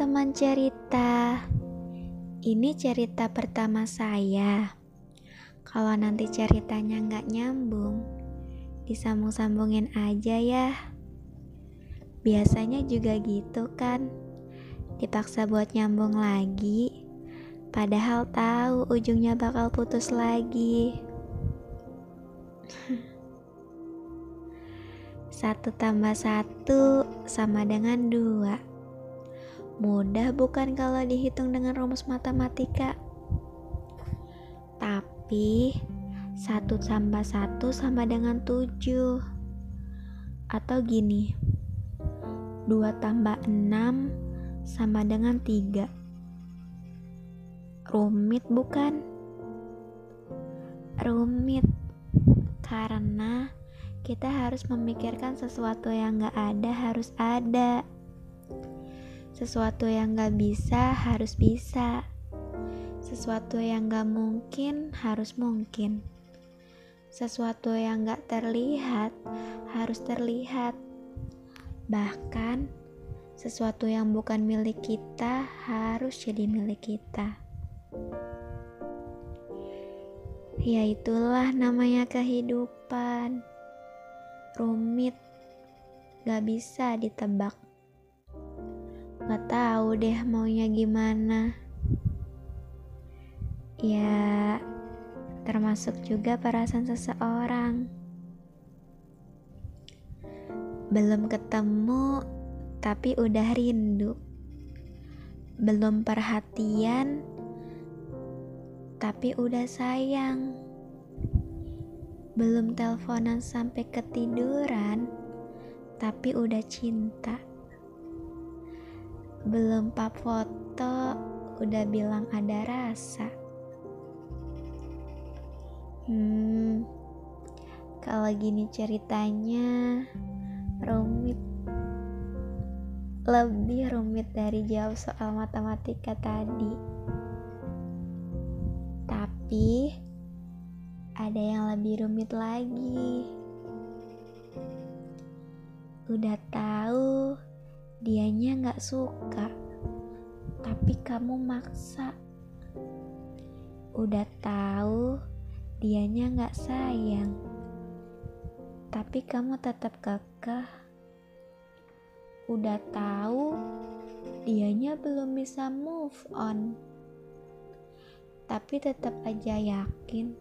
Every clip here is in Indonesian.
teman cerita. Ini cerita pertama saya. Kalau nanti ceritanya nggak nyambung, disambung-sambungin aja ya. Biasanya juga gitu kan, dipaksa buat nyambung lagi, padahal tahu ujungnya bakal putus lagi. 1 tambah 1 sama dengan 2. Mudah bukan kalau dihitung dengan rumus matematika? Tapi 1 tambah 1 sama dengan 7. Atau gini, 2 tambah 6 sama dengan 3. Rumit bukan? Rumit karena kita harus memikirkan sesuatu yang gak ada harus ada, sesuatu yang gak bisa harus bisa, sesuatu yang gak mungkin harus mungkin, sesuatu yang gak terlihat harus terlihat, bahkan sesuatu yang bukan milik kita harus jadi milik kita. Ya itulah namanya kehidupan. Rumit, gak bisa ditebak. Gak tahu deh maunya gimana. Ya, termasuk juga perasaan seseorang. Belum ketemu, tapi udah rindu. Belum perhatian, tapi udah sayang. Belum teleponan sampai ketiduran, tapi udah cinta. Belum pap foto, udah bilang ada rasa. Kalau gini ceritanya rumit. Lebih rumit dari jawab soal matematika tadi. Tapi ada yang lebih rumit lagi. Udah tahu dianya gak suka, tapi kamu maksa. Udah tahu dianya gak sayang, tapi kamu tetap kekeh. Udah tahu dianya belum bisa move on, tapi tetap aja yakin.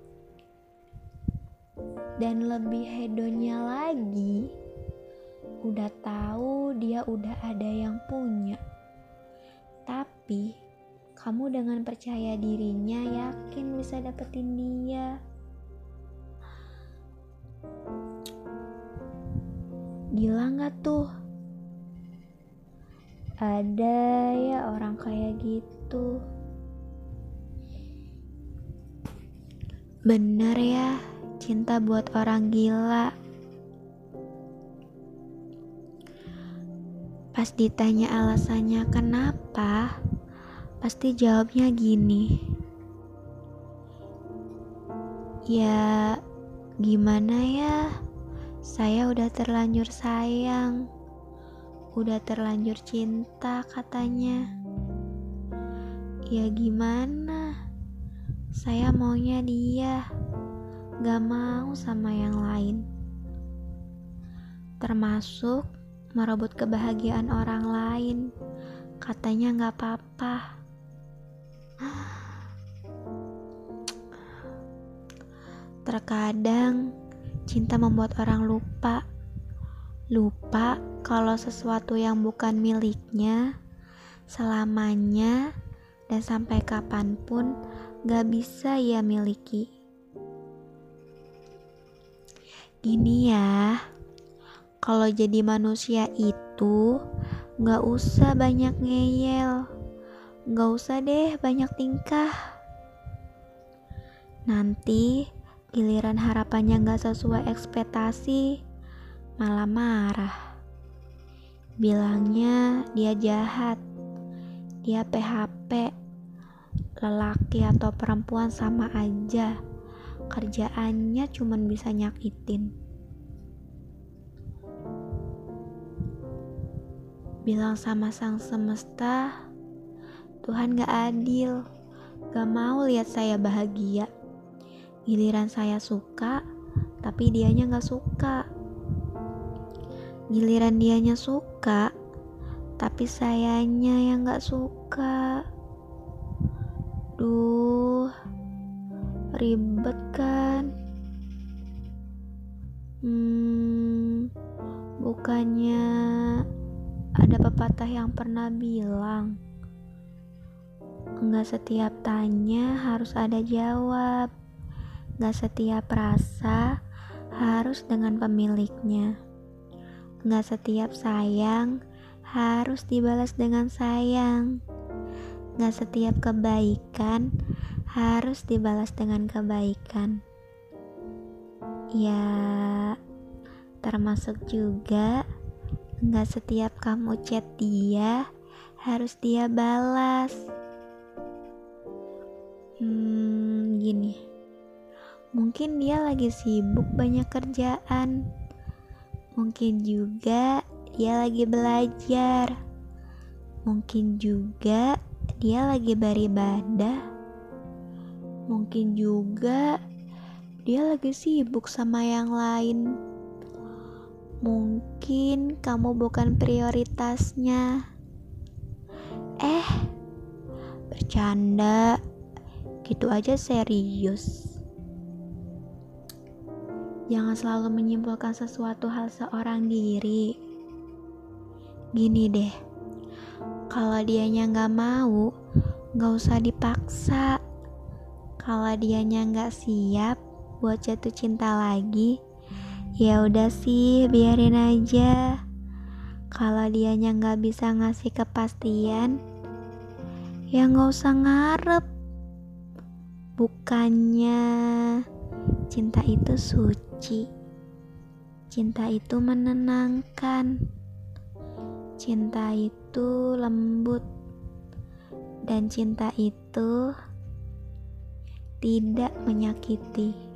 Dan lebih hedonnya lagi, udah tahu dia udah ada yang punya, tapi kamu dengan percaya dirinya yakin bisa dapetin dia. Gila gak tuh? Ada ya orang kayak gitu. Bener ya, cinta buat orang gila. Pas ditanya alasannya kenapa, pasti jawabnya gini. Ya, gimana ya? Saya udah terlanjur sayang, udah terlanjur cinta katanya. Ya gimana? Saya maunya dia, gak mau sama yang lain. Termasuk merebut kebahagiaan orang lain. Katanya gak apa-apa. Terkadang cinta membuat orang lupa. Lupa kalau sesuatu yang bukan miliknya selamanya dan sampai kapanpun gak bisa ia miliki. Gini ya, kalau jadi manusia itu gak usah banyak ngeyel, gak usah deh banyak tingkah. Nanti giliran harapannya gak sesuai ekspektasi, malah marah. Bilangnya dia jahat, dia PHP, lelaki atau perempuan sama aja, kerjaannya cuman bisa nyakitin. Bilang sama sang semesta Tuhan gak adil, gak mau lihat saya bahagia. Giliran saya suka, tapi dianya gak suka. Giliran dianya suka, tapi sayanya yang gak suka. Duh, ribet kan? Bukannya ada pepatah yang pernah bilang, nggak setiap tanya harus ada jawab, nggak setiap rasa harus dengan pemiliknya, nggak setiap sayang harus dibalas dengan sayang, nggak setiap kebaikan harus dibalas dengan kebaikan. Ya, termasuk juga nggak setiap kamu chat dia harus dia balas. Gini, mungkin dia lagi sibuk banyak kerjaan, mungkin juga dia lagi belajar, mungkin juga dia lagi beribadah, mungkin juga dia lagi sibuk sama yang lain. Mungkin kamu bukan prioritasnya. Bercanda, gitu aja serius. Jangan selalu menyimpulkan sesuatu hal seorang diri. Gini deh, kalau dianya gak mau, gak usah dipaksa. Kalau dianya gak siap buat jatuh cinta lagi, ya udah sih, biarin aja. Kalau dianya gak bisa ngasih kepastian, ya gak usah ngarep. Bukannya cinta itu suci, cinta itu menenangkan, cinta itu lembut, dan cinta itu tidak menyakiti.